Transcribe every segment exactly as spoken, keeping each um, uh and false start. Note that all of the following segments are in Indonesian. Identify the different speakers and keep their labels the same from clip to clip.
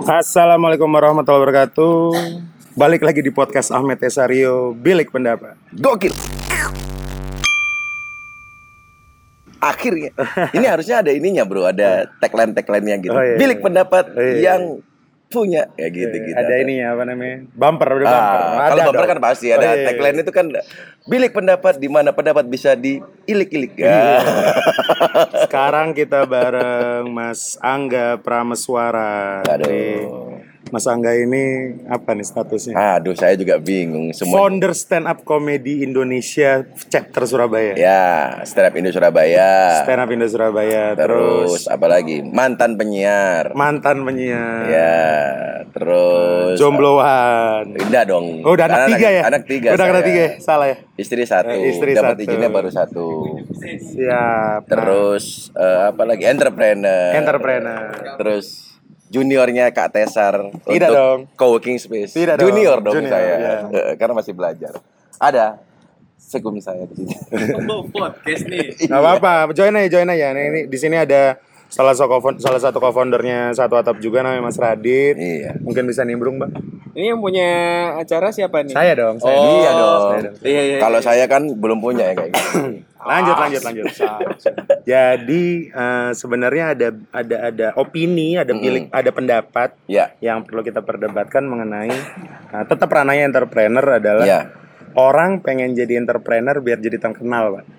Speaker 1: Assalamualaikum warahmatullahi wabarakatuh. Balik lagi di podcast Ahmed Esario, Bilik Pendapat.
Speaker 2: Gokil. Akhirnya. Ini harusnya ada ininya bro, ada tagline-tagline-nya gitu.
Speaker 1: Oh, iya, iya.
Speaker 2: Bilik pendapat
Speaker 1: Oh, iya, iya.
Speaker 2: yang punya kayak gitu-gitu.
Speaker 1: Ada ini ya, apa namanya? Bumper, udah
Speaker 2: Ah,
Speaker 1: bumper.
Speaker 2: kalau bumper
Speaker 1: dong.
Speaker 2: kan pasti
Speaker 1: Oh,
Speaker 2: ada
Speaker 1: iya, iya.
Speaker 2: tagline itu kan bilik pendapat di mana pendapat bisa diilik-ilik.
Speaker 1: Iya.
Speaker 2: Ya.
Speaker 1: Sekarang kita bareng Mas Angga Prameswara.
Speaker 2: Aduh.
Speaker 1: Nih, Mas Angga ini apa nih statusnya?
Speaker 2: Aduh, saya juga bingung semua.
Speaker 1: Founder Stand Up Comedy Indonesia Chapter Surabaya.
Speaker 2: Ya, Stand Up Indo Surabaya.
Speaker 1: Stand Up Indo Surabaya.
Speaker 2: Terus,
Speaker 1: Terus,
Speaker 2: apa lagi? Mantan penyiar.
Speaker 1: mantan penyiar.
Speaker 2: Ya, terus
Speaker 1: Jombloan.
Speaker 2: Indah dong.
Speaker 1: Oh, udah anak
Speaker 2: Karena
Speaker 1: tiga ya?
Speaker 2: Anak tiga.
Speaker 1: Udah anak
Speaker 2: saya.
Speaker 1: tiga ya? Salah ya?
Speaker 2: Istri satu.
Speaker 1: Eh, istri
Speaker 2: Dapat
Speaker 1: satu.
Speaker 2: izinnya baru satu.
Speaker 1: Siap.
Speaker 2: Terus eh, apa lagi? Entrepreneur.
Speaker 1: Entrepreneur.
Speaker 2: Terus juniornya Kak Tesar
Speaker 1: Tidak
Speaker 2: untuk
Speaker 1: dong.
Speaker 2: co-working space.
Speaker 1: Tidak dong.
Speaker 2: Junior dong
Speaker 1: Junior,
Speaker 2: saya.
Speaker 1: iya.
Speaker 2: Eh, Karena masih belajar. Ada segum saya di sini.
Speaker 3: Podcast nih.
Speaker 1: Gak apa-apa, join aja, join aja. Nah, ini di sini ada salah satu salah satu co-foundernya Satu Atap juga namanya Mas Radit.
Speaker 2: Iya.
Speaker 1: Mungkin bisa nimbrung, Bang.
Speaker 3: Ini yang punya acara siapa nih?
Speaker 1: Saya dong, saya.
Speaker 2: Oh, iya dong.
Speaker 1: Saya dong.
Speaker 3: Iya, iya.
Speaker 2: Kalau saya kan belum punya ya kayak gitu.
Speaker 1: Lanjut, lanjut, lanjut. Jadi eh, sebenarnya ada ada ada opini, ada bilik, ada pendapat
Speaker 2: Ya.
Speaker 1: yang perlu kita perdebatkan mengenai eh, tetap ranahnya entrepreneur adalah
Speaker 2: Ya.
Speaker 1: orang pengen jadi entrepreneur biar jadi terkenal, Pak.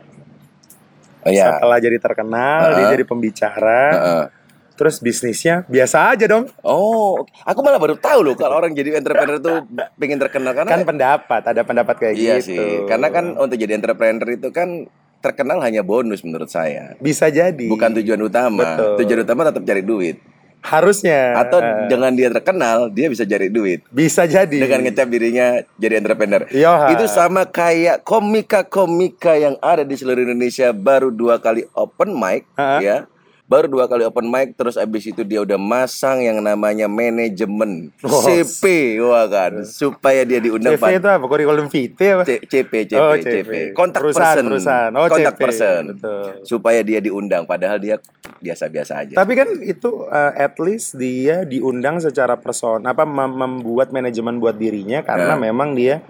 Speaker 2: Oh ya.
Speaker 1: Setelah jadi terkenal, dia
Speaker 2: Uh-uh.
Speaker 1: jadi pembicara.
Speaker 2: Heeh.
Speaker 1: Terus bisnisnya biasa aja dong.
Speaker 2: Oh, aku malah baru tahu loh kalau orang jadi entrepreneur tuh pengen terkenal karena
Speaker 1: Kan pendapat, ada pendapat kayak
Speaker 2: iya
Speaker 1: gitu.
Speaker 2: sih. Karena kan untuk jadi entrepreneur itu kan terkenal hanya bonus menurut saya.
Speaker 1: bisa jadi.
Speaker 2: Bukan tujuan utama.
Speaker 1: Betul.
Speaker 2: Tujuan utama tetap cari duit.
Speaker 1: Harusnya.
Speaker 2: Atau
Speaker 1: eh,
Speaker 2: dengan dia terkenal, dia bisa cari duit.
Speaker 1: bisa jadi.
Speaker 2: Dengan ngecap dirinya jadi entrepreneur.
Speaker 1: Iya.
Speaker 2: Itu sama kayak komika-komika yang ada di seluruh Indonesia baru dua kali open mic,
Speaker 1: Ha-ha.
Speaker 2: ya. Baru dua kali open mic, terus abis itu dia udah masang yang namanya manajemen
Speaker 1: Oh.
Speaker 2: C P, wah kan, supaya dia
Speaker 1: C
Speaker 2: diundang
Speaker 1: V itu apa? Kurikulum vitae apa?
Speaker 2: C- CP, CP,
Speaker 1: Oh,
Speaker 2: C P,
Speaker 1: C P.
Speaker 2: kontak
Speaker 1: Perusahaan,
Speaker 2: person,
Speaker 1: perusahaan. Oh,
Speaker 2: kontak
Speaker 1: C P.
Speaker 2: person,
Speaker 1: Betul.
Speaker 2: supaya dia diundang, padahal dia biasa-biasa aja.
Speaker 1: Tapi kan itu uh, at least dia diundang secara person apa mem- membuat manajemen buat dirinya karena
Speaker 2: Ya.
Speaker 1: memang dia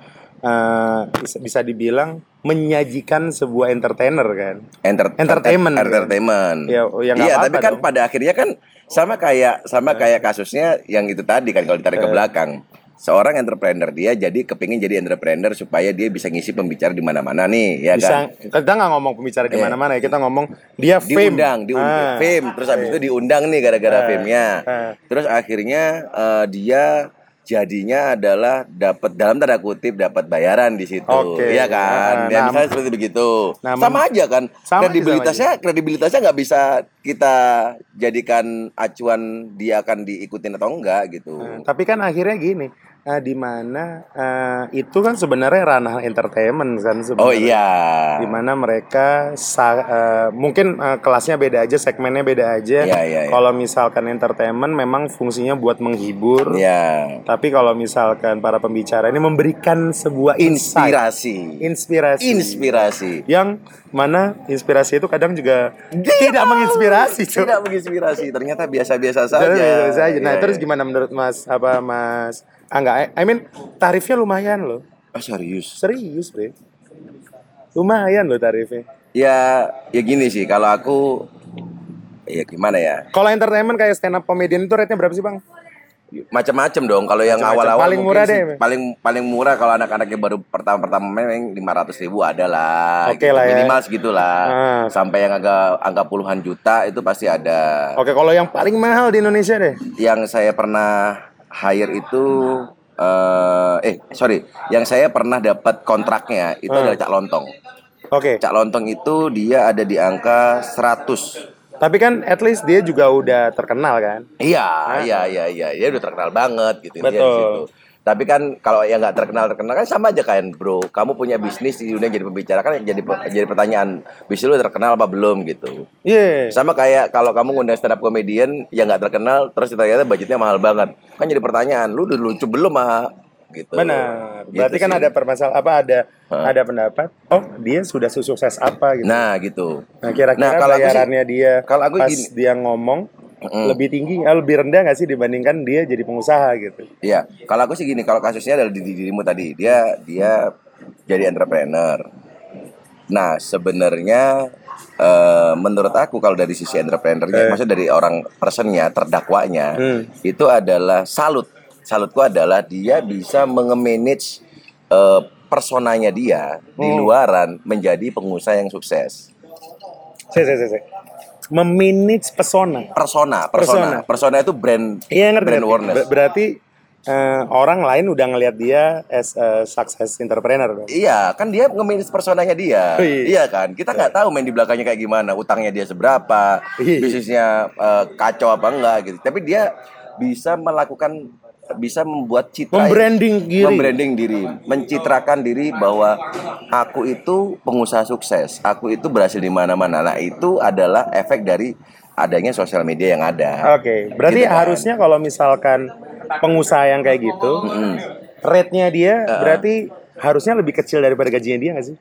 Speaker 1: uh, bisa, bisa dibilang menyajikan sebuah entertainer kan.
Speaker 2: Enter-
Speaker 1: Entertainment, kan?
Speaker 2: entertainment.
Speaker 1: Ya, ya nggak
Speaker 2: iya,
Speaker 1: apa-apa
Speaker 2: tapi kan
Speaker 1: dong.
Speaker 2: pada akhirnya kan sama kayak sama kayak kasusnya yang itu tadi kan kalau ditarik ke
Speaker 1: Eh.
Speaker 2: belakang. Seorang entrepreneur dia jadi kepingin jadi entrepreneur supaya dia bisa ngisi pembicara di mana-mana nih, ya
Speaker 1: Bisa
Speaker 2: kan?
Speaker 1: kita nggak ngomong pembicara di
Speaker 2: Iya.
Speaker 1: mana-mana ya, kita ngomong dia fame.
Speaker 2: Diundang, diundang,
Speaker 1: Ah.
Speaker 2: fame. Terus habis itu diundang nih gara-gara
Speaker 1: Ah.
Speaker 2: fame-nya.
Speaker 1: Ah.
Speaker 2: Terus akhirnya eh, dia jadinya adalah dapat dalam tanda kutip dapat bayaran di situ,
Speaker 1: Oke.
Speaker 2: iya kan? Ya,
Speaker 1: Nah,
Speaker 2: misalnya seperti begitu.
Speaker 1: nah,
Speaker 2: sama aja kan?
Speaker 1: sama aja,
Speaker 2: kredibilitasnya, kredibilitasnya nggak bisa kita jadikan acuan dia akan diikutin atau enggak gitu.
Speaker 1: Nah, tapi kan akhirnya gini, eh, di mana eh, itu kan sebenarnya ranah entertainment kan sebenarnya.
Speaker 2: Oh iya.
Speaker 1: Di mana mereka sa- eh, mungkin eh, kelasnya beda aja, segmennya beda aja.
Speaker 2: Iya, iya, iya.
Speaker 1: Kalau misalkan entertainment memang fungsinya buat menghibur.
Speaker 2: Iya.
Speaker 1: Tapi kalau misalkan para pembicara ini memberikan sebuah insight,
Speaker 2: Inspirasi.
Speaker 1: inspirasi,
Speaker 2: Inspirasi.
Speaker 1: yang mana inspirasi itu kadang juga tidak menginspirasi, Cuk.
Speaker 2: Tidak menginspirasi. Ternyata biasa-biasa saja.
Speaker 1: Jadi biasa aja. Nah,
Speaker 2: Iya,
Speaker 1: terus
Speaker 2: iya.
Speaker 1: gimana menurut Mas apa Mas Angga? I mean tarifnya lumayan loh.
Speaker 2: Oh, serius.
Speaker 1: Serius, Bre. Lumayan loh tarifnya.
Speaker 2: Ya, ya gini sih. Kalau aku, ya gimana ya?
Speaker 1: Kalau entertainment kayak stand up comedian itu rate-nya berapa sih, Bang?
Speaker 2: Macam-macam dong. Kalau yang
Speaker 1: Macam-macam.
Speaker 2: awal-awal
Speaker 1: Paling
Speaker 2: mungkin
Speaker 1: murah
Speaker 2: sih,
Speaker 1: deh.
Speaker 2: paling paling murah kalau anak-anaknya baru pertama-pertama main lima ratus ribu ada lah.
Speaker 1: Oke
Speaker 2: gitu.
Speaker 1: lah ya.
Speaker 2: Minimal segitulah.
Speaker 1: Ah.
Speaker 2: Sampai yang agak angka puluhan juta itu pasti ada.
Speaker 1: Oke, kalau yang paling mahal di Indonesia deh.
Speaker 2: Yang saya pernah hire itu eh eh sorry, yang saya pernah dapat kontraknya itu
Speaker 1: Ah.
Speaker 2: adalah Cak Lontong.
Speaker 1: Oke.
Speaker 2: Cak Lontong itu dia ada di angka seratus.
Speaker 1: Tapi kan at least dia juga udah terkenal kan.
Speaker 2: Iya, iya, iya, iya, dia udah terkenal banget gitu dia di
Speaker 1: Betul.
Speaker 2: situ. Tapi kan kalau yang nggak terkenal terkenal kan sama aja kan, bro. Kamu punya bisnis di dunia jadi pembicara kan jadi jadi pertanyaan, bisnis lu terkenal apa belum gitu.
Speaker 1: Iya.
Speaker 2: Sama kayak kalau kamu ngundang stand up comedian yang nggak terkenal terus ternyata budgetnya mahal banget, kan jadi pertanyaan, lu udah lucu belum mah? Gitu.
Speaker 1: Benar.
Speaker 2: Gitu
Speaker 1: Berarti kan
Speaker 2: sih.
Speaker 1: ada permasalahan apa ada
Speaker 2: Hah?
Speaker 1: ada pendapat. Oh, dia sudah sukses apa gitu.
Speaker 2: Nah gitu.
Speaker 1: Nah, kira-kira
Speaker 2: Nah, kalau aku sih-
Speaker 1: bayarannya dia
Speaker 2: kalau aku
Speaker 1: pas
Speaker 2: gini.
Speaker 1: dia ngomong mm. lebih tinggi, lebih rendah nggak sih dibandingkan dia jadi pengusaha gitu?
Speaker 2: Iya, kalau aku sih gini, kalau kasusnya adalah di dirimu tadi, dia dia jadi entrepreneur. Nah, sebenarnya uh, menurut aku kalau dari sisi entrepreneurnya, eh. maksudnya dari orang personnya, terdakwanya, hmm. itu adalah salut. Salutku adalah dia bisa menge-manage uh, personanya dia hmm. di luaran menjadi pengusaha yang sukses.
Speaker 1: Se, se, se, se. Memanage persona.
Speaker 2: Persona, persona. Persona, persona itu brand,
Speaker 1: iya, ngerti,
Speaker 2: brand awareness.
Speaker 1: Ber- berarti uh, orang lain udah ngelihat dia as a success entrepreneur dong.
Speaker 2: Iya, kan dia nge-manage personanya dia. Oh, iya. iya kan? Kita nggak tahu main di belakangnya kayak gimana, utangnya dia seberapa, iya. bisnisnya uh, kacau apa enggak gitu. Tapi dia bisa melakukan bisa membuat citra,
Speaker 1: membranding diri,
Speaker 2: membranding diri, mencitrakan diri bahwa aku itu pengusaha sukses, aku itu berhasil di mana-mana. Nah, itu adalah efek dari adanya sosial media yang ada.
Speaker 1: Oke, okay. Berarti gitu kan? Harusnya kalau misalkan pengusaha yang kayak gitu, mm-hmm. rate-nya dia uh-uh. berarti harusnya lebih kecil daripada gajinya dia nggak sih?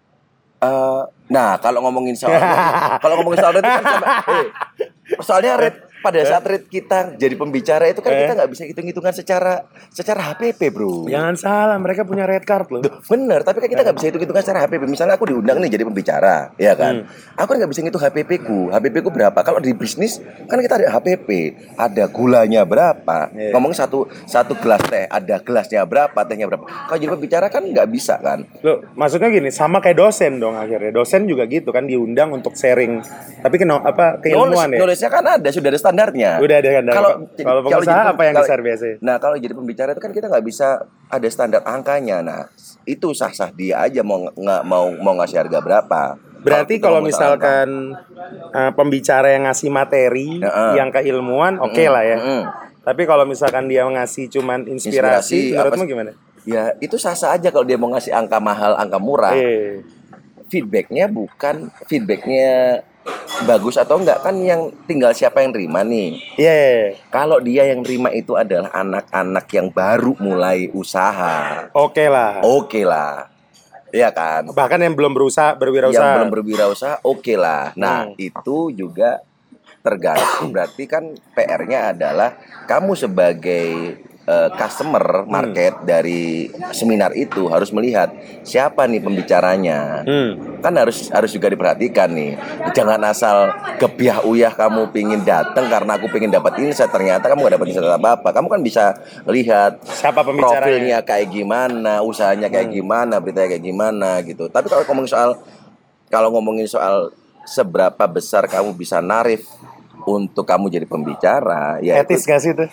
Speaker 2: Uh, nah, kalau ngomongin soal kalau ngomongin soal rate kan sama, eh, soalnya rate pada saat rate kita jadi pembicara itu kan eh? kita nggak bisa hitung-hitungan secara secara H P P, bro.
Speaker 1: Jangan salah, mereka punya red card loh.
Speaker 2: Bener, tapi kan kita nggak bisa hitung-hitungan secara H P P. Misalnya aku diundang nih jadi pembicara, ya kan? Hmm. Aku nggak bisa ngitung H P P ku. H P P ku berapa? Kalau di bisnis kan kita ada H P P, ada gulanya berapa. Yeah. Ngomong satu satu gelas teh, ada gelasnya berapa, tehnya berapa. Kalau jadi pembicara kan nggak bisa kan?
Speaker 1: Loh, maksudnya gini, sama kayak dosen dong akhirnya. Dosen juga gitu kan, diundang untuk sharing. Tapi kena apa keilmuan ya?
Speaker 2: Knowledge-nya kan ada, sudah ada standarnya.
Speaker 1: Udah ada kan. Kalau kalau pengusaha apa yang besar biasanya?
Speaker 2: Nah, kalau jadi pembicara itu kan kita nggak bisa ada standar angkanya. Nah, itu sah-sah dia aja mau nggak mau mau ngasih harga berapa.
Speaker 1: Berarti kalau misalkan uh, pembicara yang ngasih materi uh-uh. yang keilmuan, oke okay uh-uh. lah ya. Uh-uh. Tapi kalau misalkan dia ngasih cuman inspirasi, inspirasi menurutmu gimana?
Speaker 2: Ya, itu sah-sah aja kalau dia mau ngasih angka mahal, angka murah. Eh. Feedbacknya bukan feedbacknya bagus atau enggak, kan yang tinggal siapa yang terima nih.
Speaker 1: Iya. Yeah.
Speaker 2: Kalau dia yang terima itu adalah anak-anak yang baru mulai usaha.
Speaker 1: Oke okay lah.
Speaker 2: Oke okay lah. Iya kan?
Speaker 1: Bahkan yang belum berusaha, berwirausaha.
Speaker 2: Yang belum berwirausaha, oke okay lah. Nah, hmm. itu juga tergantung. Berarti kan P R-nya adalah kamu sebagai uh, customer market hmm. dari seminar itu harus melihat siapa nih pembicaranya. Hmm. Kan harus harus juga diperhatikan nih. Jangan asal gebiah uyah kamu pingin datang karena aku pingin dapat insight, ternyata kamu gak dapat insight apa-apa. Kamu kan bisa lihat
Speaker 1: siapa pembicaranya,
Speaker 2: profilnya kayak gimana, usahanya kayak hmm. gimana, beritanya kayak gimana gitu. Tapi kalau ngomongin soal kalau ngomongin soal seberapa besar kamu bisa narif untuk kamu jadi pembicara, ya
Speaker 1: etis itu, gak sih itu?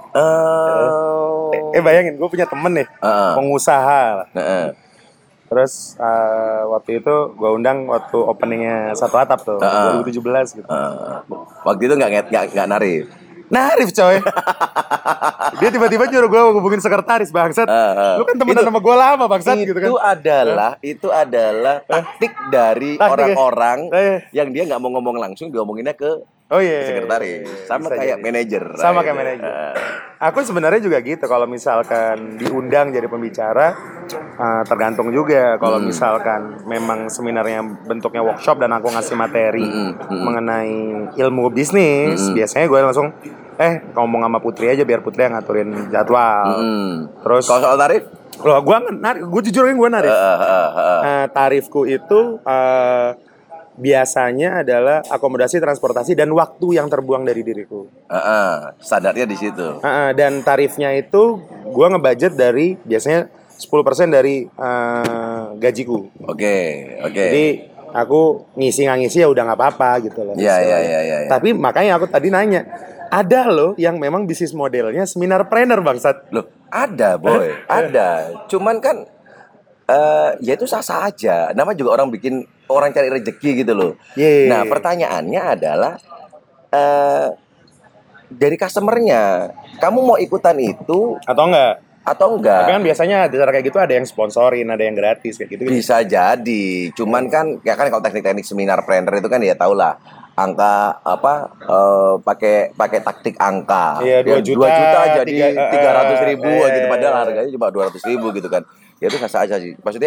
Speaker 1: Uh, eh, eh bayangin, gue punya temen nih, uh, pengusaha. Uh, Terus uh, waktu itu gue undang waktu openingnya Satu Atap tuh, uh, dua ribu tujuh belas gitu.
Speaker 2: Uh, waktu itu nggak nggak nggak narif.
Speaker 1: Narif coy. Dia tiba-tiba nyuruh gue hubungin sekretaris, bangsat. Uh, uh, Lu kan temenan sama gue lama, bangsat
Speaker 2: itu
Speaker 1: gitu kan.
Speaker 2: Itu adalah uh, itu adalah taktik uh, dari taktik orang-orang ya? uh, yang dia nggak mau ngomong langsung, diomonginnya ke
Speaker 1: Oh iya,
Speaker 2: sekretaris, sama kayak manajer.
Speaker 1: Sama kayak manajer. Aku sebenarnya juga gitu. Kalau misalkan diundang jadi pembicara, uh, tergantung juga. Kalau hmm. misalkan memang seminarnya bentuknya workshop dan aku ngasih materi hmm. Hmm. mengenai ilmu bisnis, hmm. biasanya gue langsung eh ngomong sama Putri aja biar Putri yang ngaturin jadwal. Hmm. Terus
Speaker 2: kalau soal tarif?
Speaker 1: Loh, gue narik, gue jujur gue narif. Uh, uh, uh, uh. Uh, tarifku itu uh, biasanya adalah akomodasi, transportasi, dan waktu yang terbuang dari diriku.
Speaker 2: Uh-uh, standarnya di situ.
Speaker 1: Uh-uh, dan tarifnya itu gue ngebudget dari biasanya sepuluh persen dari uh, gajiku.
Speaker 2: Oke, okay, oke. Okay.
Speaker 1: Jadi aku ngisi nggak ngisi ya udah nggak apa-apa gitu loh.
Speaker 2: Iya, iya, iya, iya.
Speaker 1: Tapi makanya aku tadi nanya, ada loh yang memang bisnis modelnya seminar planner, bangsat.
Speaker 2: Loh, ada boy, ada. Cuman kan Uh, ya itu sah-sah aja. Nama juga orang bikin, orang cari rezeki gitu loh. Yeah. Nah pertanyaannya adalah uh, dari customernya, kamu mau ikutan itu
Speaker 1: atau enggak?
Speaker 2: Atau enggak?
Speaker 1: Tapi kan biasanya cara kayak gitu ada yang sponsorin, ada yang gratis kayak gitu.
Speaker 2: Bisa jadi. Cuman kan, ya kan kalau teknik-teknik seminar planner itu kan ya tau lah. Angka apa uh, pakai pakai taktik angka.
Speaker 1: Iya, dua juta,
Speaker 2: dua juta jadi tiga ratus ribu uh, gitu, padahal harganya cuma dua ratus ribu gitu kan. Ya itu sah-sah aja sih. Maksudnya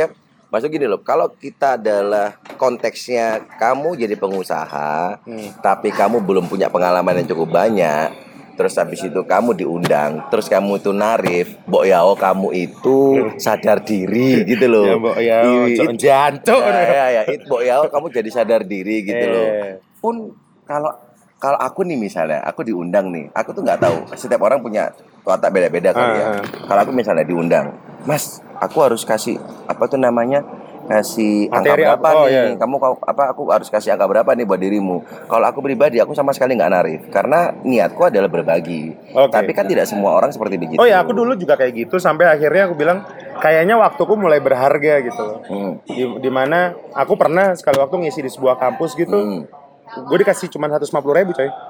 Speaker 2: Maksud gini loh, kalau kita adalah konteksnya kamu jadi pengusaha, hmm. tapi kamu belum punya pengalaman yang cukup banyak, terus habis itu kamu diundang, terus kamu itu narif, mbok yao kamu itu sadar diri gitu loh.
Speaker 1: Ya mbok yao, jancuk.
Speaker 2: Ya ya, ya it mbok yao kamu jadi sadar diri gitu eh. loh. Pun kalau kalau aku nih misalnya, aku diundang nih, aku tuh nggak tahu. Setiap orang punya watak beda-beda kan ya. Kalau aku misalnya diundang, Mas, aku harus kasih apa tuh namanya? Kasih angka
Speaker 1: materi
Speaker 2: berapa
Speaker 1: apa? Oh,
Speaker 2: nih?
Speaker 1: iya.
Speaker 2: Kamu apa aku harus kasih angka berapa nih buat dirimu? Kalau aku pribadi, aku sama sekali nggak narif karena niatku adalah berbagi. Okay. Tapi kan tidak semua orang seperti begitu.
Speaker 1: Oh ya, aku dulu juga kayak gitu sampai akhirnya aku bilang kayaknya waktuku mulai berharga gitu. Hmm. Di, di mana aku pernah sekali waktu ngisi di sebuah kampus gitu, hmm. gue dikasih cuma seratus lima puluh ribu coy.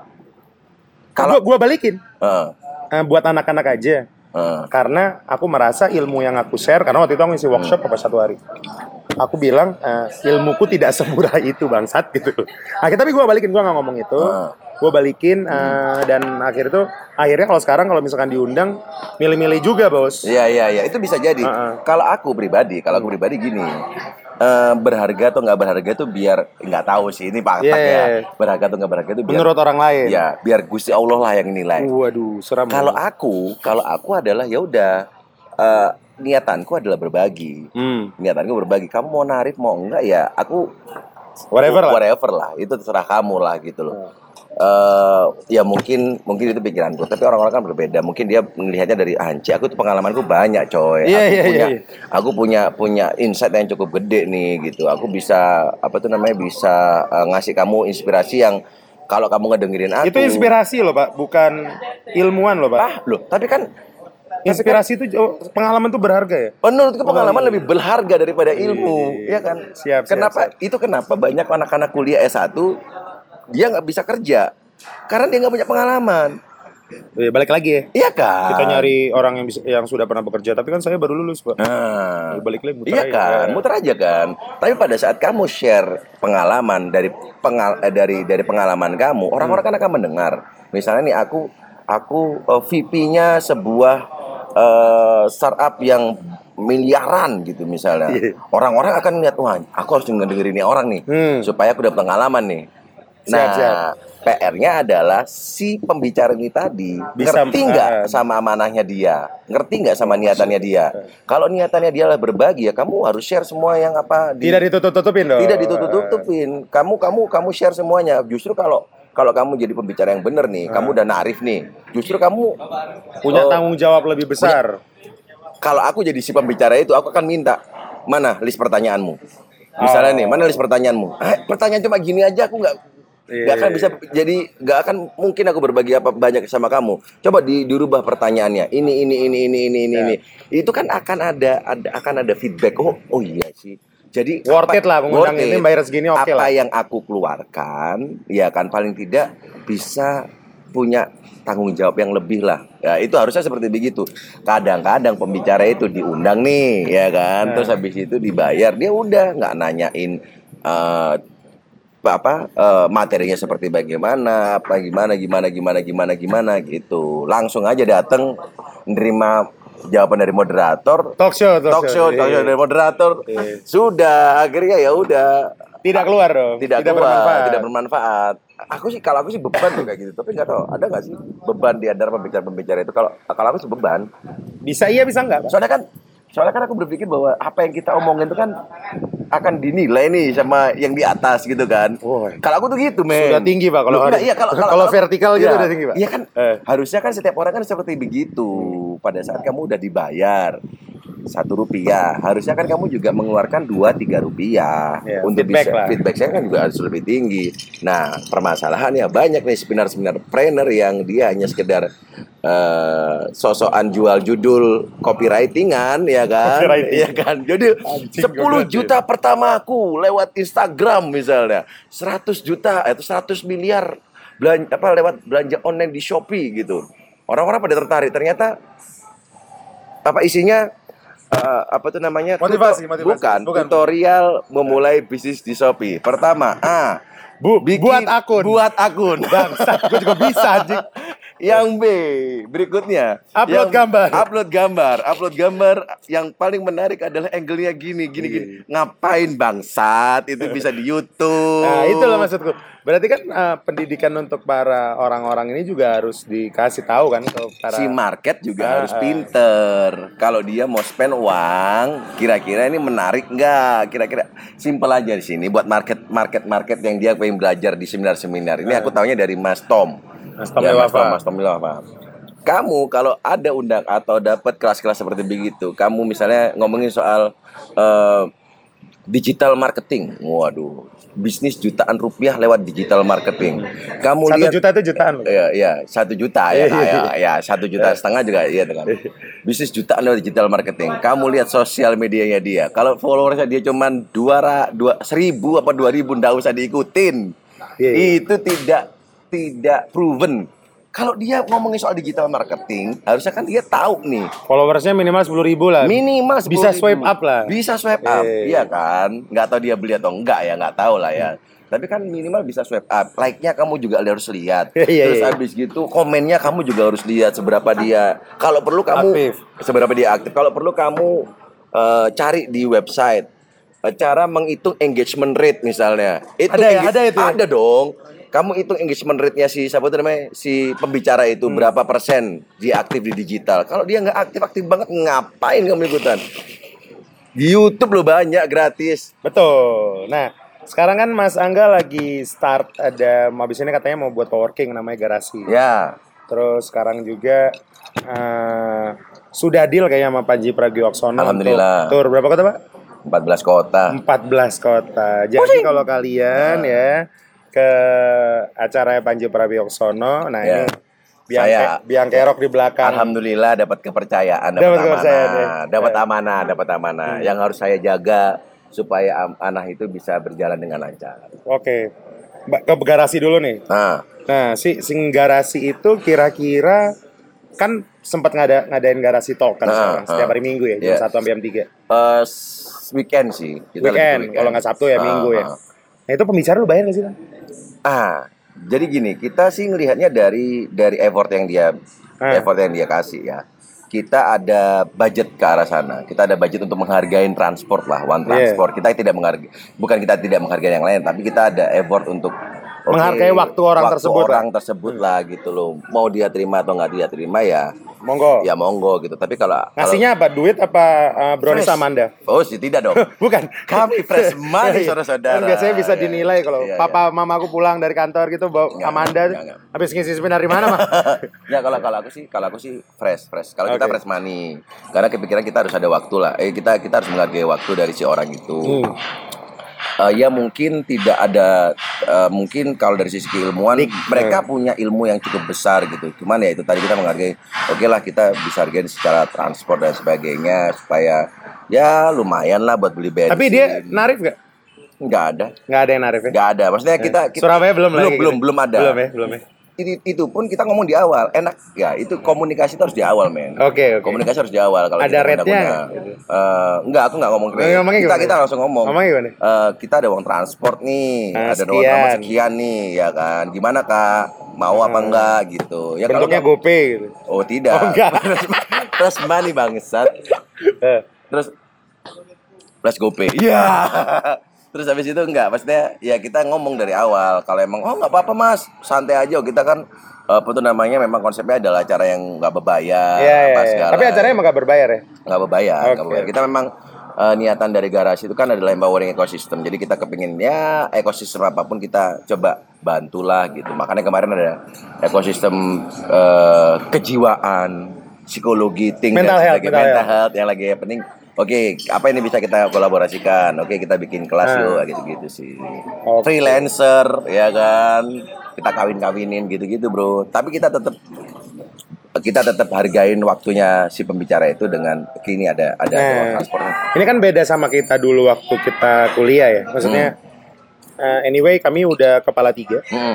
Speaker 1: Kalau gue balikin. Uh. Uh, buat anak-anak aja. Uh. Karena aku merasa ilmu yang aku share, karena waktu itu aku ngisi workshop apa satu hari, aku bilang uh, ilmuku tidak semurah itu bangsat gitu. Akhirnya tapi gue balikin, gue nggak ngomong itu, uh. gue balikin uh, dan akhir itu akhirnya kalau sekarang kalau misalkan diundang milih-milih juga bos.
Speaker 2: Iya iya iya itu bisa jadi. Uh-uh. Kalau aku pribadi, kalau aku pribadi gini. Uh, berharga atau nggak berharga itu biar nggak tahu sih ini fakta yeah. ya berharga atau nggak berharga itu biar,
Speaker 1: menurut orang lain
Speaker 2: ya biar Gusti Allah lah yang nilai.
Speaker 1: Waduh seram.
Speaker 2: Kalau aku kalau aku adalah ya udah uh, niatanku adalah berbagi. Hmm. Niatanku berbagi. Kamu mau narif mau enggak ya aku
Speaker 1: whatever lah.
Speaker 2: Whatever lah itu terserah kamu lah gitu loh. Hmm. Uh, ya mungkin mungkin itu pikiranku, tapi orang-orang kan berbeda. Mungkin dia melihatnya dari anci. Aku tuh pengalamanku banyak, coy.
Speaker 1: Yeah,
Speaker 2: aku
Speaker 1: yeah,
Speaker 2: punya,
Speaker 1: yeah, yeah.
Speaker 2: aku punya punya insight yang cukup gede nih, gitu. Aku bisa apa tuh namanya bisa uh, ngasih kamu inspirasi yang kalau kamu ngedengerin aku.
Speaker 1: Itu inspirasi loh, Pak, bukan ilmuwan loh, Pak.
Speaker 2: Ah, loh, tapi kan
Speaker 1: inspirasi itu oh, pengalaman tuh berharga ya?
Speaker 2: Menurutku pengalaman oh, iya. lebih berharga daripada ilmu, iya, ya kan?
Speaker 1: Siap,
Speaker 2: kenapa?
Speaker 1: Siap, siap.
Speaker 2: Itu kenapa banyak anak-anak kuliah S satu dia nggak bisa kerja karena dia nggak punya pengalaman.
Speaker 1: Ya, balik lagi ya.
Speaker 2: Iya kan.
Speaker 1: Kita nyari orang yang bisa, yang sudah pernah bekerja, tapi kan saya baru lulus, Pak.
Speaker 2: Nah,
Speaker 1: ya, balik lagi.
Speaker 2: Iya aja. kan, ya. muter aja kan. Tapi pada saat kamu share pengalaman dari pengal eh, dari dari pengalaman kamu, orang-orang hmm. kan akan mendengar. Misalnya nih aku aku uh, V P-nya sebuah uh, startup yang miliaran gitu misalnya. Yeah. Orang-orang akan lihat, wah, aku harus dengerin ini orang nih hmm. supaya aku dapat pengalaman nih. Nah, siap, siap. P R-nya adalah si pembicara ini tadi bisa, ngerti nggak uh, sama amanahnya dia, ngerti nggak sama niatannya dia. Uh, Kalau niatannya dia adalah berbagi, ya kamu harus share semua yang apa. Di,
Speaker 1: tidak ditutup-tutupin dong.
Speaker 2: Tidak ditutup-tutupin. Kamu kamu kamu share semuanya. Justru kalau kalau kamu jadi pembicara yang benar nih, uh. kamu udah narif nih. Justru kamu
Speaker 1: punya uh, tanggung jawab lebih besar. Punya,
Speaker 2: kalau aku jadi si pembicara itu, aku akan minta mana list pertanyaanmu. Misalnya oh. nih, mana list pertanyaanmu? Eh, pertanyaan cuma gini aja, aku nggak yeah. nggak akan bisa. Jadi nggak akan mungkin aku berbagi apa banyak sama kamu. Coba di, dirubah pertanyaannya. Ini ini ini ini ini ini yeah. ini. Itu kan akan ada, ada akan ada feedback. Oh oh iya sih. Jadi
Speaker 1: worth it lah mengundang ini bayar segini oke okay
Speaker 2: lah. Apa
Speaker 1: lah.
Speaker 2: yang aku keluarkan, ya kan paling tidak bisa punya tanggung jawab yang lebih lah. Ya itu harusnya seperti begitu. Kadang-kadang pembicara itu diundang nih, ya kan. Nah. Terus habis itu dibayar, dia udah nggak nanyain uh, apa uh, materinya seperti bagaimana, apa gimana gimana gimana gimana gimana gitu. Langsung aja datang nerima jawaban dari moderator.
Speaker 1: Talk show,
Speaker 2: talk, talk show, talk show dari moderator. Iya. Sudah akhirnya ya udah.
Speaker 1: Tidak keluar dong.
Speaker 2: Tidak, tidak keluar, bermanfaat. Tidak bermanfaat. Aku sih kalau aku sih beban tuh kayak gitu, tapi nggak tahu ada nggak sih beban di antara pembicara-pembicara itu. Kalau kalau aku sih beban.
Speaker 1: Bisa iya bisa nggak?
Speaker 2: Soalnya kan soalnya kan aku berpikir bahwa apa yang kita omongin itu kan akan dinilai nih sama yang di atas gitu kan. Oh, kalau aku tuh gitu men.
Speaker 1: Sudah tinggi pak kalau
Speaker 2: iya, kalau, kalau,
Speaker 1: kalau vertikal gitu udah tinggi pak.
Speaker 2: Iya kan. Eh. Harusnya kan setiap orang kan seperti begitu. Pada saat kamu udah dibayar satu rupiah, harusnya kan kamu juga mengeluarkan dua tiga rupiah ya, untuk feedback bisa lah. Feedback saya kan juga harus lebih tinggi. Nah permasalahannya banyak nih seminar-seminar trainer yang dia hanya sekedar uh, sosokan jual judul copywritingan ya kan, ya kan. Jadi sepuluh juta pertamaku lewat Instagram misalnya, seratus juta atau seratus miliar belanja apa lewat belanja online di Shopee gitu. Orang-orang pada tertarik, ternyata apa isinya? Uh, apa tuh namanya?
Speaker 1: Motivasi, motivasi.
Speaker 2: Bukan, bukan, tutorial memulai bisnis di Shopee. Pertama, ah,
Speaker 1: Bu, bikin, buat akun.
Speaker 2: Buat akun.
Speaker 1: Bangsat, gue juga bisa anjing.
Speaker 2: Yang B berikutnya
Speaker 1: Upload
Speaker 2: yang,
Speaker 1: gambar.
Speaker 2: Upload gambar. Upload gambar. Yang paling menarik adalah angle-nya gini, gini, gini. Ngapain bangsat? Itu bisa di YouTube.
Speaker 1: Nah, itulah maksudku. Berarti kan uh, pendidikan untuk para orang-orang ini juga harus dikasih tahu kan ke para
Speaker 2: si market juga
Speaker 1: Ah,
Speaker 2: harus
Speaker 1: ah.
Speaker 2: pinter. Kalau dia mau spend uang, kira-kira ini menarik nggak? Kira-kira simple aja di sini buat market market market yang dia pengen belajar di seminar-seminar. Ini aku taunya dari Mas Tom.
Speaker 1: Mas Tom
Speaker 2: Ya, Mas
Speaker 1: Dewafa.
Speaker 2: Tom, Mas Tom Dewafa. Kamu kalau ada undang atau dapat kelas-kelas seperti begitu, kamu misalnya ngomongin soal eh, digital marketing, waduh, bisnis jutaan rupiah lewat digital marketing. Kamu
Speaker 1: Satu
Speaker 2: lihat,
Speaker 1: juta itu jutaan loh.
Speaker 2: ya, ya satu juta ya, ya, ya satu juta setengah juga, iya dengan bisnis jutaan lewat digital marketing. Kamu lihat sosial medianya dia, kalau followersnya dia cuma dua ra, dua seribu apa dua ribu, ndak usah diikutin.
Speaker 1: Iya, iya.
Speaker 2: Itu tidak tidak proven. Kalau dia ngomongin soal digital marketing, harusnya kan dia tahu nih.
Speaker 1: Followersnya minimal sepuluh ribu lah.
Speaker 2: Minimal
Speaker 1: Bisa
Speaker 2: sepuluh ribu.
Speaker 1: swipe up lah.
Speaker 2: Bisa swipe up,
Speaker 1: Eh.
Speaker 2: iya kan? Nggak tahu dia beli atau enggak ya, nggak tahu lah ya. Tapi kan minimal bisa swipe up. Like-nya kamu juga harus lihat.
Speaker 1: Iya,
Speaker 2: Terus
Speaker 1: iya.
Speaker 2: habis gitu komennya kamu juga harus lihat seberapa dia. Kalau perlu kamu
Speaker 1: Aktif.
Speaker 2: seberapa dia aktif. Kalau perlu kamu eh, cari di website eh, cara menghitung engagement rate misalnya. Itu
Speaker 1: Ada ya?
Speaker 2: engage-
Speaker 1: Ada itu?
Speaker 2: Ada dong. Kamu hitung engagement rate-nya si siapa itu namanya si pembicara itu
Speaker 1: Hmm.
Speaker 2: berapa persen dia aktif di digital. Kalau dia nggak aktif aktif banget ngapain kamu ikutan? Di YouTube lo banyak gratis.
Speaker 1: Betul. Nah, sekarang kan Mas Angga lagi start ada mau abis ini katanya mau buat coworking namanya Garasi.
Speaker 2: Ya,
Speaker 1: Terus sekarang juga eh, sudah deal kayaknya sama Panji Pragiwaksono
Speaker 2: Alhamdulillah.
Speaker 1: untuk tur berapa kota, Pak?
Speaker 2: empat belas kota.
Speaker 1: empat belas kota. Jadi kalau kalian ya ke acara Panji Pragiwaksono, nah
Speaker 2: Ya.
Speaker 1: ini biang,
Speaker 2: Saya-
Speaker 1: biang kerok di belakang.
Speaker 2: Alhamdulillah dapat kepercayaan,
Speaker 1: Dapat
Speaker 2: dapat amanah,
Speaker 1: kepercayaan, ya.
Speaker 2: dapat
Speaker 1: Ya.
Speaker 2: amanah, dapat amanah. Yang harus saya jaga supaya amanah itu bisa berjalan dengan lancar.
Speaker 1: Oke. Mbak, ke Garasi dulu nih.
Speaker 2: Nah,
Speaker 1: Nah, si sing Garasi itu kira-kira kan sempat ngada ngadain Garasi Talk kan
Speaker 2: Nah,
Speaker 1: sekarang setiap
Speaker 2: ah.
Speaker 1: hari Minggu ya, jam
Speaker 2: Yes.
Speaker 1: satu sampai jam tiga.
Speaker 2: eh, s- weekend sih. Kita lebih ke
Speaker 1: Weekend, kalau nggak Sabtu ya
Speaker 2: Ah,
Speaker 1: Minggu ya.
Speaker 2: ah.
Speaker 1: Nah, itu pembicara lu bayar nggak sih, Bang?
Speaker 2: Ah, jadi gini, kita sih ngelihatnya dari dari effort yang dia
Speaker 1: Ah.
Speaker 2: effort yang dia kasih ya. Kita ada budget ke arah sana. Kita ada budget untuk menghargai transport lah, one
Speaker 1: Yeah.
Speaker 2: transport. Kita tidak menghargai, bukan kita tidak menghargai yang lain, tapi kita ada effort untuk oke,
Speaker 1: Menghargai waktu orang tersebut
Speaker 2: orang
Speaker 1: lah.
Speaker 2: tersebut lah gitu loh. Mau dia terima atau nggak dia terima ya,
Speaker 1: Monggo.
Speaker 2: ya monggo gitu. Tapi kalau
Speaker 1: Ngasihnya apa? Duit apa uh, brownies
Speaker 2: Fresh.
Speaker 1: Amanda?
Speaker 2: kalau, oh sih tidak dong.
Speaker 1: Bukan.
Speaker 2: Kami fresh money,
Speaker 1: Iya.
Speaker 2: saudara-saudara.
Speaker 1: Kan biasanya bisa
Speaker 2: Iya,
Speaker 1: dinilai
Speaker 2: iya.
Speaker 1: kalau
Speaker 2: Iya,
Speaker 1: papa mamaku pulang dari kantor gitu bawa
Speaker 2: Enggak,
Speaker 1: Amanda
Speaker 2: enggak, enggak.
Speaker 1: habis ngisi seminar di mana, Mas?
Speaker 2: Ya kalau kalau aku sih kalau aku sih fresh fresh. Kalau kita
Speaker 1: Oke.
Speaker 2: fresh money. Karena kepikiran kita harus ada waktu lah. Eh kita kita harus menghargai waktu dari si orang itu.
Speaker 1: Hmm.
Speaker 2: Eh, ya mungkin tidak ada eh, mungkin kalau dari sisi keilmuan
Speaker 1: Dik.
Speaker 2: mereka punya ilmu yang cukup besar gitu. Cuman ya itu tadi kita menghargai. Oke lah kita bisa hargai secara transport dan sebagainya supaya ya lumayan lah buat beli bensin.
Speaker 1: Tapi dia narif nggak?
Speaker 2: nggak ada.
Speaker 1: Nggak ada yang narif ya?
Speaker 2: Nggak ada. Maksudnya kita, kita
Speaker 1: Surabaya belum
Speaker 2: belum
Speaker 1: lagi
Speaker 2: belum
Speaker 1: gitu.
Speaker 2: belum ada.
Speaker 1: Belum ya, belum ya.
Speaker 2: Itu, itu pun kita ngomong di awal enak ya itu komunikasi itu harus di awal men.
Speaker 1: Oke, oke.
Speaker 2: Komunikasi harus di awal kalau
Speaker 1: Ada
Speaker 2: kita
Speaker 1: rate-nya
Speaker 2: undang-undang.
Speaker 1: gitu?
Speaker 2: Eh, enggak aku nggak ngomong rate.
Speaker 1: Nggak ngomongnya
Speaker 2: kita
Speaker 1: gimana?
Speaker 2: kita langsung ngomong
Speaker 1: Ngomongnya gimana?
Speaker 2: Eh, kita ada uang transport nih
Speaker 1: Nah,
Speaker 2: ada uang
Speaker 1: sekian.
Speaker 2: transport sekian nih ya kan gimana kak mau apa
Speaker 1: Hmm.
Speaker 2: enggak gitu ya kalau
Speaker 1: Bentuknya
Speaker 2: nggak-
Speaker 1: GoPay gitu.
Speaker 2: oh tidak
Speaker 1: Oh, enggak.
Speaker 2: plus money bangsat
Speaker 1: Eh,
Speaker 2: terus plus GoPay iya terus habis itu enggak maksudnya ya kita ngomong dari awal kalau emang oh nggak apa-apa mas santai aja kita kan apa tuh namanya memang konsepnya adalah acara yang nggak berbayar
Speaker 1: Iya, iya,
Speaker 2: apa
Speaker 1: iya.
Speaker 2: segala
Speaker 1: Tapi acaranya emang nggak berbayar ya?
Speaker 2: nggak berbayar, nggak
Speaker 1: Oke.
Speaker 2: berbayar. Kita memang eh, niatan dari garasi itu kan adalah empowering ekosistem. Jadi kita kepingin ya ekosistem apapun kita coba bantulah gitu. Makanya kemarin ada ekosistem eh, kejiwaan, psikologi, think
Speaker 1: Mental
Speaker 2: dan
Speaker 1: health,
Speaker 2: sebagainya,
Speaker 1: mental
Speaker 2: mental health yang lagi happening. Oke, apa ini bisa kita kolaborasikan? Oke, kita bikin kelas
Speaker 1: Ah.
Speaker 2: yuk, gitu-gitu sih.
Speaker 1: Oke.
Speaker 2: Freelancer, ya kan? Kita kawin-kawinin gitu-gitu, bro. Tapi kita tetap kita tetap hargain waktunya si pembicara itu dengan kini ada ada
Speaker 1: Nah.
Speaker 2: uang transportnya.
Speaker 1: Ini kan beda sama kita dulu waktu kita kuliah ya. Maksudnya, eh, anyway kami udah kepala tiga.
Speaker 2: Hmm.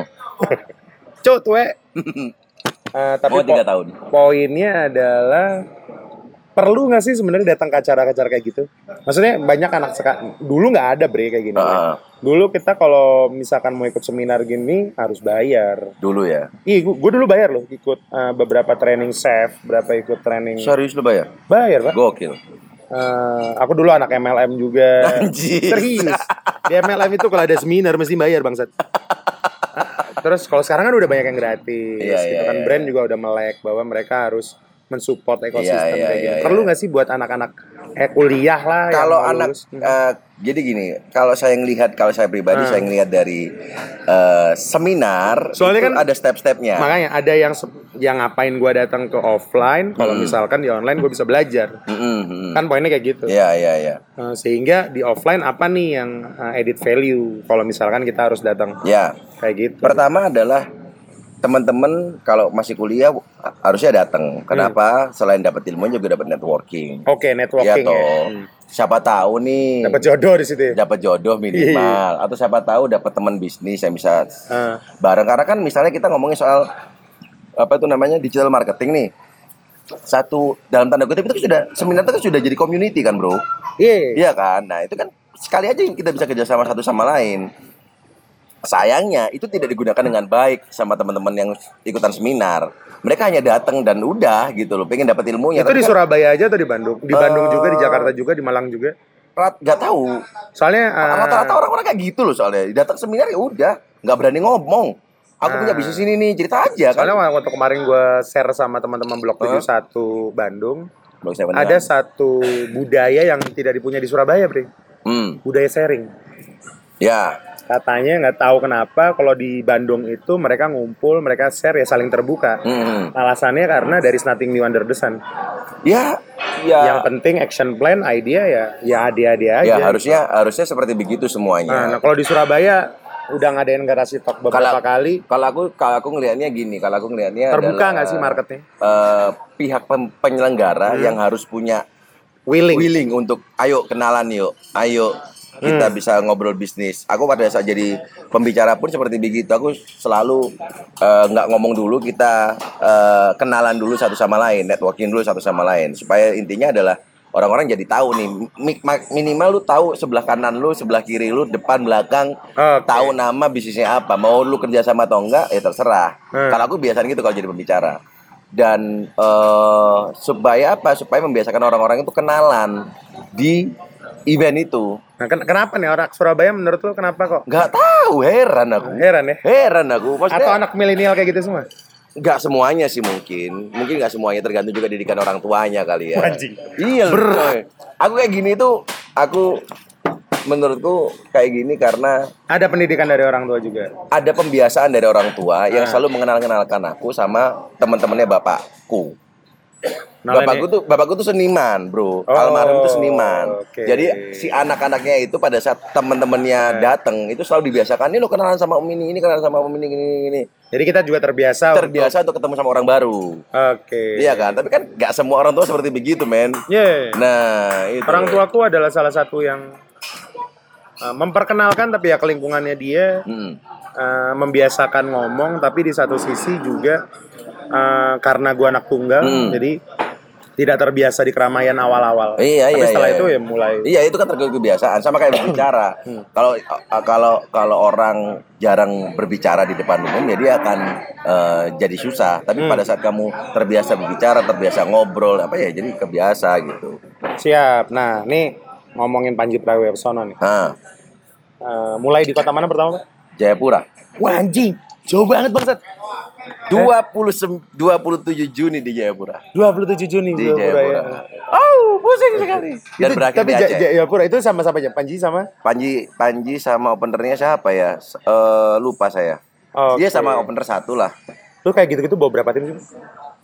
Speaker 1: Cut, we. Eh, tapi
Speaker 2: Oh, tiga
Speaker 1: po-
Speaker 2: tahun.
Speaker 1: poinnya adalah perlu nggak sih sebenarnya datang ke acara-acara kayak gitu? Maksudnya banyak anak sekarang dulu nggak ada bre kayak gini.
Speaker 2: Uh.
Speaker 1: Dulu kita kalau misalkan mau ikut seminar gini harus bayar.
Speaker 2: Dulu ya?
Speaker 1: Iya, gue dulu bayar loh ikut uh, beberapa training chef, berapa ikut training.
Speaker 2: Serius lo bayar?
Speaker 1: Bayar pak.
Speaker 2: Gokil.
Speaker 1: Uh, aku dulu anak M L M juga.
Speaker 2: Anjir.
Speaker 1: Serius. Di M L M itu kalau ada seminar mesti bayar bangsat. Terus kalau sekarang kan udah banyak yang gratis,
Speaker 2: iya,
Speaker 1: gitu
Speaker 2: iya,
Speaker 1: kan
Speaker 2: iya.
Speaker 1: Brand juga udah melek bahwa mereka harus mensupport ekosistem
Speaker 2: Iya, iya,
Speaker 1: kayak gini.
Speaker 2: iya,
Speaker 1: Perlu
Speaker 2: iya.
Speaker 1: nggak sih buat anak-anak eh, kuliah lah?
Speaker 2: Kalau
Speaker 1: yang
Speaker 2: anak,
Speaker 1: lulus?
Speaker 2: uh, jadi gini, kalau saya ngelihat, kalau saya pribadi
Speaker 1: Hmm.
Speaker 2: saya ngelihat dari uh, seminar,
Speaker 1: Soalnya
Speaker 2: itu
Speaker 1: kan
Speaker 2: ada step-stepnya.
Speaker 1: Makanya ada yang se- yang ngapain gue datang ke offline, kalau
Speaker 2: Hmm.
Speaker 1: misalkan di online gue bisa belajar.
Speaker 2: Mm-mm, mm-mm.
Speaker 1: Kan poinnya kayak gitu.
Speaker 2: Iya, iya, iya.
Speaker 1: Uh, sehingga di offline apa nih yang uh, edit value? Kalau misalkan kita harus datang
Speaker 2: Ya,
Speaker 1: kayak gitu.
Speaker 2: pertama adalah teman-teman kalau masih kuliah harusnya datang. Kenapa? Selain dapat ilmu juga dapat networking.
Speaker 1: Oke, networking
Speaker 2: Iya toh.
Speaker 1: ya. Hmm.
Speaker 2: Siapa tahu nih
Speaker 1: Dapat jodoh di situ. ya?
Speaker 2: dapat jodoh minimal, atau siapa tahu dapat teman bisnis yang bisa
Speaker 1: Ah.
Speaker 2: bareng. Karena kan misalnya kita ngomongin soal apa itu namanya digital marketing nih. Satu dalam tanda kutip itu sudah seminar itu kan sudah jadi community kan, Bro.
Speaker 1: Iya.
Speaker 2: Iya kan? Nah, itu kan sekali aja kita bisa kerjasama satu sama lain. Sayangnya itu tidak digunakan dengan baik sama teman-teman yang ikutan seminar. Mereka hanya datang dan udah gitu loh, pengen dapat ilmunya.
Speaker 1: Itu di
Speaker 2: Tapi kan
Speaker 1: Surabaya aja atau di Bandung? Di Bandung
Speaker 2: Eh,
Speaker 1: juga, di Jakarta juga, di Malang juga.
Speaker 2: rat- nggak tahu.
Speaker 1: Soalnya eh,
Speaker 2: Rata-rata orang-orang kayak gitu loh soalnya. Datang seminar ya udah, nggak berani ngomong. Aku
Speaker 1: Ah.
Speaker 2: punya bisnis ini nih, cerita aja kan.
Speaker 1: soalnya waktu kemarin gue share sama teman-teman Blok tujuh puluh satu Bandung,
Speaker 2: Belum saya
Speaker 1: ada satu budaya yang tidak dipunya di Surabaya, Bre.
Speaker 2: Hmm,
Speaker 1: Budaya sharing.
Speaker 2: ya.
Speaker 1: Katanya nggak tahu kenapa kalau di Bandung itu mereka ngumpul, mereka share ya saling terbuka.
Speaker 2: Hmm.
Speaker 1: Alasannya karena there is nothing new under the sun.
Speaker 2: Ya, ya.
Speaker 1: Yang penting action plan, idea ya, ya dia-dia aja.
Speaker 2: Ya harusnya harusnya seperti begitu
Speaker 1: Nah,
Speaker 2: semuanya.
Speaker 1: nah kalau di Surabaya udah ngadain garasi talk beberapa
Speaker 2: Kalau-
Speaker 1: kali.
Speaker 2: Kalau aku kalau aku ngelihatnya gini, kalau aku ngelihatnya
Speaker 1: Terbuka
Speaker 2: adalah,
Speaker 1: nggak sih marketnya?
Speaker 2: eh, pihak pem- penyelenggara
Speaker 1: Hmm.
Speaker 2: yang harus punya
Speaker 1: Willing.
Speaker 2: willing untuk ayo kenalan yuk, ayo kita
Speaker 1: Hmm.
Speaker 2: bisa ngobrol bisnis. Aku pada saat jadi pembicara pun seperti begitu. Aku selalu eh, nggak ngomong dulu, kita eh, kenalan dulu satu sama lain, networking dulu satu sama lain. Supaya intinya adalah orang-orang jadi tahu nih, mi- ma- minimal lu tahu sebelah kanan lu, sebelah kiri lu, depan belakang,
Speaker 1: Oke.
Speaker 2: tahu nama bisnisnya apa. Mau lu kerja sama atau enggak ya terserah.
Speaker 1: Hmm.
Speaker 2: Kalau aku biasanya gitu kalau jadi pembicara. Dan eh, supaya apa? Supaya membiasakan orang-orang itu kenalan di event itu.
Speaker 1: Nah, ken- kenapa nih orang Surabaya menurut lo kenapa kok?
Speaker 2: Nggak tahu, heran aku.
Speaker 1: Heran ya?
Speaker 2: Heran aku. Maksudnya
Speaker 1: Atau anak milenial kayak gitu semua?
Speaker 2: nggak semuanya sih mungkin. Mungkin nggak semuanya, tergantung juga didikan orang tuanya kali ya.
Speaker 1: Anjing.
Speaker 2: Iya, berat. Aku kayak gini tuh, aku menurutku kayak gini karena
Speaker 1: Ada pendidikan dari orang tua juga.
Speaker 2: ada pembiasaan dari orang tua yang
Speaker 1: Ah.
Speaker 2: selalu mengenal-kenalkan aku sama teman-temannya bapakku.
Speaker 1: Nah,
Speaker 2: Bapakku
Speaker 1: ini-
Speaker 2: tuh bapakku tuh seniman,
Speaker 1: Oh,
Speaker 2: bro. Almarhum tuh seniman.
Speaker 1: oke.
Speaker 2: Jadi si anak-anaknya itu pada saat teman-temannya datang itu selalu dibiasakan, ini lo kenalan sama Om ini, ini kenalan sama Om ini, gini gini.
Speaker 1: Jadi kita juga terbiasa.
Speaker 2: Terbiasa untuk ketemu sama orang baru.
Speaker 1: untuk- Oke.
Speaker 2: Iya kan? Tapi kan nggak semua orang tua seperti begitu, men.
Speaker 1: Yeah.
Speaker 2: Nah, itu.
Speaker 1: Orang tuaku adalah salah satu yang uh, memperkenalkan tapi ya ke lingkungannya dia,
Speaker 2: Hmm.
Speaker 1: uh, membiasakan ngomong tapi di satu sisi juga uh, karena gua anak tunggal,
Speaker 2: Hmm.
Speaker 1: jadi tidak terbiasa di keramaian awal-awal.
Speaker 2: Iya,
Speaker 1: tapi
Speaker 2: iya,
Speaker 1: setelah
Speaker 2: iya.
Speaker 1: itu ya mulai.
Speaker 2: Iya, itu kan tergantung kebiasaan, sama kayak berbicara.
Speaker 1: Hmm.
Speaker 2: Kalau uh, kalau kalau orang jarang berbicara di depan umum ya dia akan uh, jadi susah. Tapi
Speaker 1: Hmm.
Speaker 2: pada saat kamu terbiasa berbicara, terbiasa ngobrol apa ya, jadi kebiasa gitu.
Speaker 1: Siap. Nah, nih ngomongin Panji Pragiwaksono nih.
Speaker 2: Nah,
Speaker 1: Uh, mulai di kota mana pertama, Pak?
Speaker 2: Jayapura.
Speaker 1: Wah, anjing. Jauh banget, Bangsat.
Speaker 2: dua puluh dua puluh tujuh Juni di Jayapura.
Speaker 1: dua puluh tujuh Juni
Speaker 2: Di
Speaker 1: Jayapura ya.
Speaker 2: Jayapura.
Speaker 1: Oh, pusing sekali.
Speaker 2: Dan
Speaker 1: Itu-
Speaker 2: berakhir
Speaker 1: tapi
Speaker 2: di
Speaker 1: Ja-
Speaker 2: Aceh.
Speaker 1: Jayapura itu sama-sama aja Panji sama.
Speaker 2: Panji Panji sama openernya siapa ya? S- eh, lupa saya.
Speaker 1: Oke.
Speaker 2: Dia sama opener satu lah.
Speaker 1: Lu kayak gitu-gitu bawa berapa tim sih?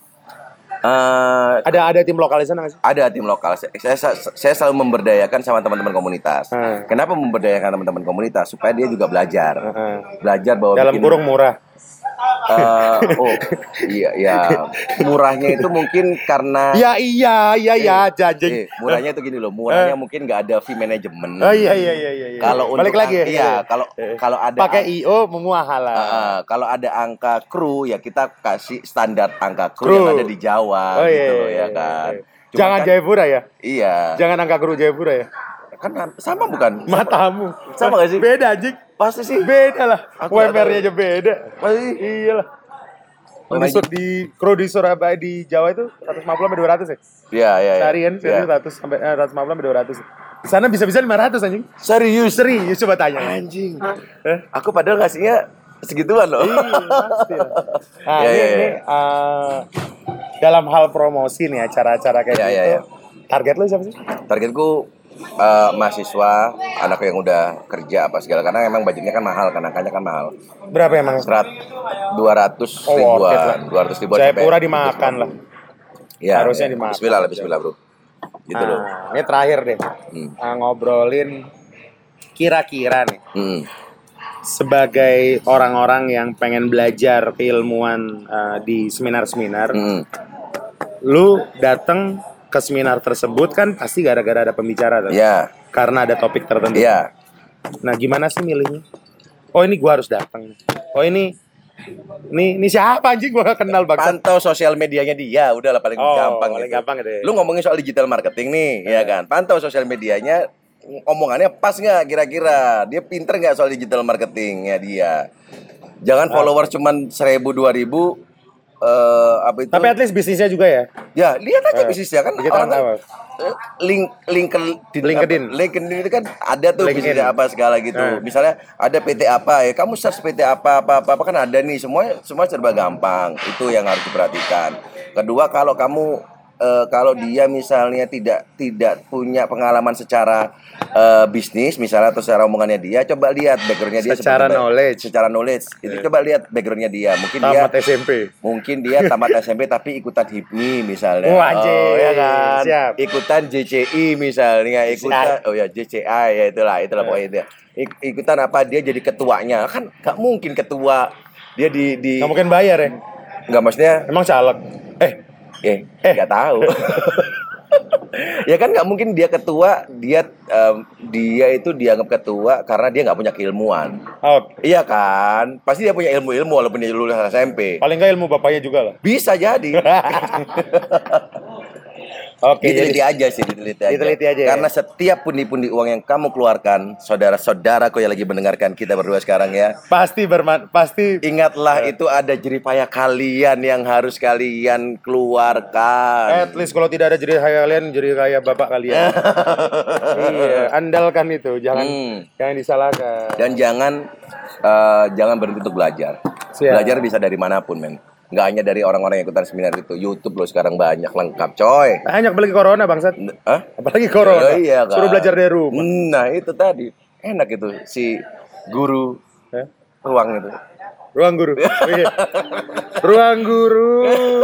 Speaker 2: Eh,
Speaker 1: Ada ada tim lokal di sana nggak sih?
Speaker 2: ada tim lokal. Saya, saya, saya selalu memberdayakan sama teman-teman komunitas.
Speaker 1: Hmm.
Speaker 2: Kenapa memberdayakan teman-teman komunitas? Supaya dia juga belajar.
Speaker 1: Heeh.
Speaker 2: Belajar bahwa
Speaker 1: Dalam
Speaker 2: bikin-
Speaker 1: kurung murah.
Speaker 2: Eh, oh iya ya murahnya itu mungkin karena
Speaker 1: Ya iya iya ya jajing.
Speaker 2: eh, murahnya itu gini loh, murahnya mungkin nggak ada fee management.
Speaker 1: Oh iya iya iya iya. iya.
Speaker 2: Kalau
Speaker 1: balik
Speaker 2: untuk
Speaker 1: lagi ya.
Speaker 2: ang- iya, kalau
Speaker 1: Eh.
Speaker 2: kalau ada
Speaker 1: pakai
Speaker 2: ang-
Speaker 1: I O memuahal lah.
Speaker 2: Uh, uh, kalau ada angka kru ya kita kasih standar angka kru,
Speaker 1: Kru.
Speaker 2: yang ada di Jawa
Speaker 1: Oh,
Speaker 2: gitu
Speaker 1: iya,
Speaker 2: loh
Speaker 1: iya,
Speaker 2: ya
Speaker 1: iya,
Speaker 2: kan.
Speaker 1: iya.
Speaker 2: Cuma
Speaker 1: Jangan
Speaker 2: kan,
Speaker 1: Jayapura ya.
Speaker 2: Iya.
Speaker 1: Jangan angka guru Jayapura ya.
Speaker 2: Kan sama bukan?
Speaker 1: Matamu.
Speaker 2: Sama gak sih?
Speaker 1: Beda anjing.
Speaker 2: Pasti sih.
Speaker 1: Beda lah.
Speaker 2: Aku
Speaker 1: U M
Speaker 2: nggak tahu.
Speaker 1: R-nya aja beda.
Speaker 2: Pasti.
Speaker 1: Iyalah.
Speaker 2: Oh,
Speaker 1: Di, Sur- di kru di Surabaya di Jawa itu seratus lima puluh sampai dua ratus ya.
Speaker 2: Iya, iya, iya.
Speaker 1: Seharian
Speaker 2: Iya.
Speaker 1: seratus sampai eh, seratus lima puluh sampai dua ratus. Di sana bisa-bisa lima ratus anjing.
Speaker 2: Serius?
Speaker 1: Serius coba tanya.
Speaker 2: Anjing.
Speaker 1: Eh?
Speaker 2: Aku padahal ngasihnya segituan loh.
Speaker 1: Iya, pasti lah. Nah,
Speaker 2: Iya,
Speaker 1: ini,
Speaker 2: iya,
Speaker 1: ini
Speaker 2: iya.
Speaker 1: uh, dalam hal promosi nih acara-acara kayak
Speaker 2: Iya,
Speaker 1: gitu.
Speaker 2: iya, iya.
Speaker 1: Target lo siapa sih?
Speaker 2: Targetku eh, mahasiswa, anak yang udah kerja apa segala, karena emang budgetnya kan mahal, kan angkanya kan mahal.
Speaker 1: Berapa emang?
Speaker 2: Serat dua ratus
Speaker 1: Oh, worth it lah.
Speaker 2: ribuan, dua ratus ribuan.
Speaker 1: Jayapura
Speaker 2: sampai-
Speaker 1: dimakan lah.
Speaker 2: Ya,
Speaker 1: Harusnya
Speaker 2: ya.
Speaker 1: dimakan.
Speaker 2: Bismillah lah, bismillah bro. Gitu loh.
Speaker 1: Nah, ini terakhir deh.
Speaker 2: Hmm.
Speaker 1: Uh, ngobrolin kira-kira nih.
Speaker 2: Hmm.
Speaker 1: Sebagai orang-orang yang pengen belajar keilmuan uh, di seminar-seminar,
Speaker 2: Hmm.
Speaker 1: lu datang ke seminar tersebut kan pasti gara-gara ada pembicara tuh.
Speaker 2: Ya,
Speaker 1: Karena ada topik tertentu.
Speaker 2: ya.
Speaker 1: Nah, gimana sih milihnya? Oh, ini gua harus datang. Oh, ini ini ini siapa anjing gua gak kenal bangsat.
Speaker 2: Pantau sosial medianya dia, udah lah paling
Speaker 1: Oh,
Speaker 2: gampang
Speaker 1: paling
Speaker 2: gitu.
Speaker 1: gampang gitu ya.
Speaker 2: Lu ngomongin soal digital marketing nih, ya kan? Pantau sosial medianya, omongannya pas nggak kira-kira? Dia pinter nggak soal digital marketingnya dia? Jangan followers cuman seribu dua ribu. eh apa itu?
Speaker 1: Tapi at least bisnisnya juga ya.
Speaker 2: Ya, lihat aja
Speaker 1: Eh,
Speaker 2: bisnisnya kan
Speaker 1: kita
Speaker 2: orang kan,
Speaker 1: tahu.
Speaker 2: eh, link link
Speaker 1: Di LinkedIn.
Speaker 2: apa, LinkedIn itu kan ada tuh
Speaker 1: LinkedIn.
Speaker 2: bisnisnya apa segala gitu.
Speaker 1: Eh.
Speaker 2: Misalnya ada P T apa ya, kamu search P T apa apa apa, apa kan ada nih, semua semua serba gampang. Itu yang harus diperhatikan. Kedua, kalau kamu eh, kalau dia misalnya tidak tidak punya pengalaman secara eh, bisnis misalnya atau secara omongannya dia, coba lihat backgroundnya dia
Speaker 1: Secara
Speaker 2: seperti apa.
Speaker 1: knowledge.
Speaker 2: Secara knowledge. Itu coba lihat backgroundnya dia. Mungkin
Speaker 1: Tamat
Speaker 2: dia
Speaker 1: S M P.
Speaker 2: Mungkin dia tamat S M P tapi ikutan H I P M I misalnya.
Speaker 1: Wah, anjing.
Speaker 2: Oh, ya kan.
Speaker 1: Siap.
Speaker 2: Ikutan J C I misalnya, ikutan oh ya J C I ya itulah, itulah pokoknya dia. Ik- ikutan apa, dia jadi ketuanya. Kan gak mungkin ketua dia di di
Speaker 1: Nggak mungkin bayar ya?
Speaker 2: nggak maksudnya
Speaker 1: Emang caleg. Eh,
Speaker 2: eh nggak tahu. Ya kan nggak mungkin dia ketua, dia em, dia itu dianggap ketua karena dia nggak punya keilmuan.
Speaker 1: oh,
Speaker 2: Iya kan? Pasti dia punya ilmu-ilmu walaupun dia lulus S M P.
Speaker 1: paling nggak ilmu bapaknya juga lah.
Speaker 2: Bisa jadi.
Speaker 1: Oke,
Speaker 2: Diteliti
Speaker 1: jadi
Speaker 2: aja sih, diteliti aja.
Speaker 1: Diteliti aja ya.
Speaker 2: Karena setiap pundi-pundi uang yang kamu keluarkan, saudara-saudaraku yang lagi mendengarkan kita berdua sekarang ya,
Speaker 1: pasti berman, pasti
Speaker 2: ingatlah itu ada jeripaya kalian yang harus kalian keluarkan.
Speaker 1: at least kalau tidak ada jadi kalian jadi kayak bapak kalian. Iya, andalkan itu, jangan
Speaker 2: Hmm.
Speaker 1: jangan disalahkan.
Speaker 2: Dan jangan eh, jangan berhenti untuk belajar.
Speaker 1: Siap.
Speaker 2: Belajar bisa dari manapun, men. Nggak hanya dari orang-orang yang ikutan seminar itu. YouTube loh sekarang banyak lengkap, coy.
Speaker 1: Banyak apalagi corona bangsat.
Speaker 2: Hah?
Speaker 1: Apalagi corona.
Speaker 2: Oh, iya, kan.
Speaker 1: Suruh belajar dari rumah.
Speaker 2: Nah, itu tadi. Enak itu si guru
Speaker 1: Eh?
Speaker 2: ruang itu.
Speaker 1: Ruang guru. Oke. Ruang guru.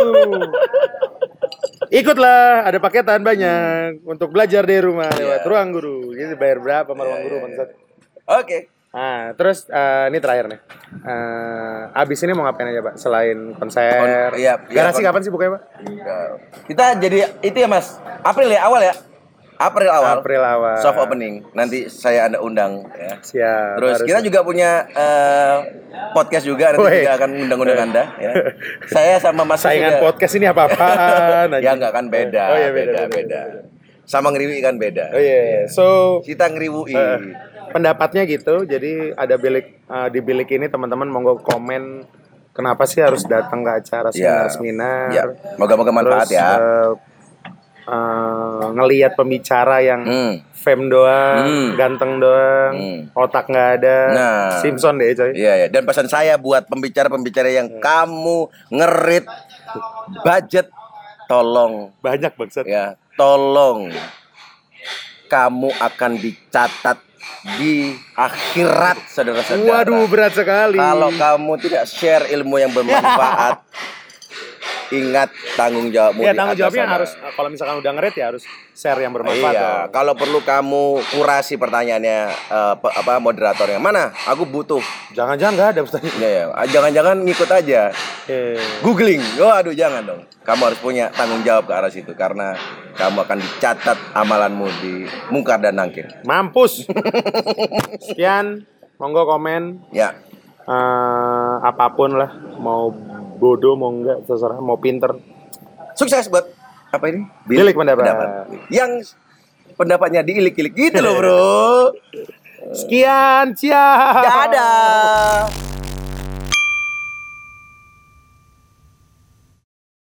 Speaker 1: Ikutlah, ada paketan banyak untuk belajar dari rumah lewat
Speaker 2: Iya.
Speaker 1: ruang guru. Jadi bayar berapa sama ruang
Speaker 2: Iya,
Speaker 1: guru
Speaker 2: iya,
Speaker 1: bangsat?
Speaker 2: Oke.
Speaker 1: Nah, terus eh, ini terakhir nih. Eh, abis ini mau ngapain aja, Pak? Selain konser.
Speaker 2: Kon- iya, iya,
Speaker 1: Garasi
Speaker 2: kon-
Speaker 1: kapan sih bukanya, Pak?
Speaker 2: Kita jadi itu ya, Mas. April ya, awal ya. April awal.
Speaker 1: April awal.
Speaker 2: Soft opening. Nanti saya Anda undang ya.
Speaker 1: Siap.
Speaker 2: Terus
Speaker 1: harus.
Speaker 2: kita juga punya eh, podcast juga, nanti
Speaker 1: Woi.
Speaker 2: juga akan undang-undang Anda ya. Saya sama Mas
Speaker 1: Saingan
Speaker 2: juga-
Speaker 1: podcast ini apa-apaan?
Speaker 2: Ya enggak kan beda.
Speaker 1: Oh iya,
Speaker 2: beda,
Speaker 1: beda,
Speaker 2: beda, Sama ngeriwi kan beda.
Speaker 1: Oh iya. So,
Speaker 2: Kita ngeriwui.
Speaker 1: Eh, pendapatnya gitu. Jadi ada bilik eh, di bilik ini teman-teman monggo komen kenapa sih harus datang ke acara
Speaker 2: Ya.
Speaker 1: seminar-seminar.
Speaker 2: Ya, moga-moga manfaat
Speaker 1: Terus,
Speaker 2: ya.
Speaker 1: eh, eh, ngelihat pembicara yang
Speaker 2: Hmm.
Speaker 1: fame doang,
Speaker 2: Hmm.
Speaker 1: ganteng doang,
Speaker 2: Hmm.
Speaker 1: otak nggak ada.
Speaker 2: Nah.
Speaker 1: Simpson deh coy.
Speaker 2: Iya, ya. Dan pesan saya buat pembicara-pembicara yang kamu ngerit budget, tolong
Speaker 1: Banyak bangsat.
Speaker 2: ya, tolong kamu akan dicatat di akhirat, saudara-saudara.
Speaker 1: Waduh, berat sekali.
Speaker 2: Kalau kamu tidak share ilmu yang bermanfaat, ingat tanggung jawabmu.
Speaker 1: Ya
Speaker 2: di
Speaker 1: tanggung
Speaker 2: atas
Speaker 1: jawabnya
Speaker 2: sana.
Speaker 1: harus kalau misalkan udah ngerit ya harus share yang bermanfaat.
Speaker 2: Iya,
Speaker 1: dong.
Speaker 2: kalau perlu kamu kurasi pertanyaannya eh, pe- apa moderatornya. Mana? Aku butuh.
Speaker 1: Jangan-jangan nggak ada Ustaz.
Speaker 2: Ya, ya. Ah, jangan-jangan ngikut aja.
Speaker 1: Eh,
Speaker 2: Googling. Oh, aduh jangan dong. Kamu harus punya tanggung jawab ke arah situ karena kamu akan dicatat amalanmu di mungkar dan nangkir.
Speaker 1: mampus. Sekian, monggo komen
Speaker 2: Ya.
Speaker 1: eh, apapun lah, mau bodoh mau enggak terserah, mau pinter.
Speaker 2: Sukses buat apa ini?
Speaker 1: Bilik pendapat.
Speaker 2: Yang pendapatnya diilik-ilik gitu loh, Bro.
Speaker 1: Sekian, ciao.
Speaker 2: Dadah.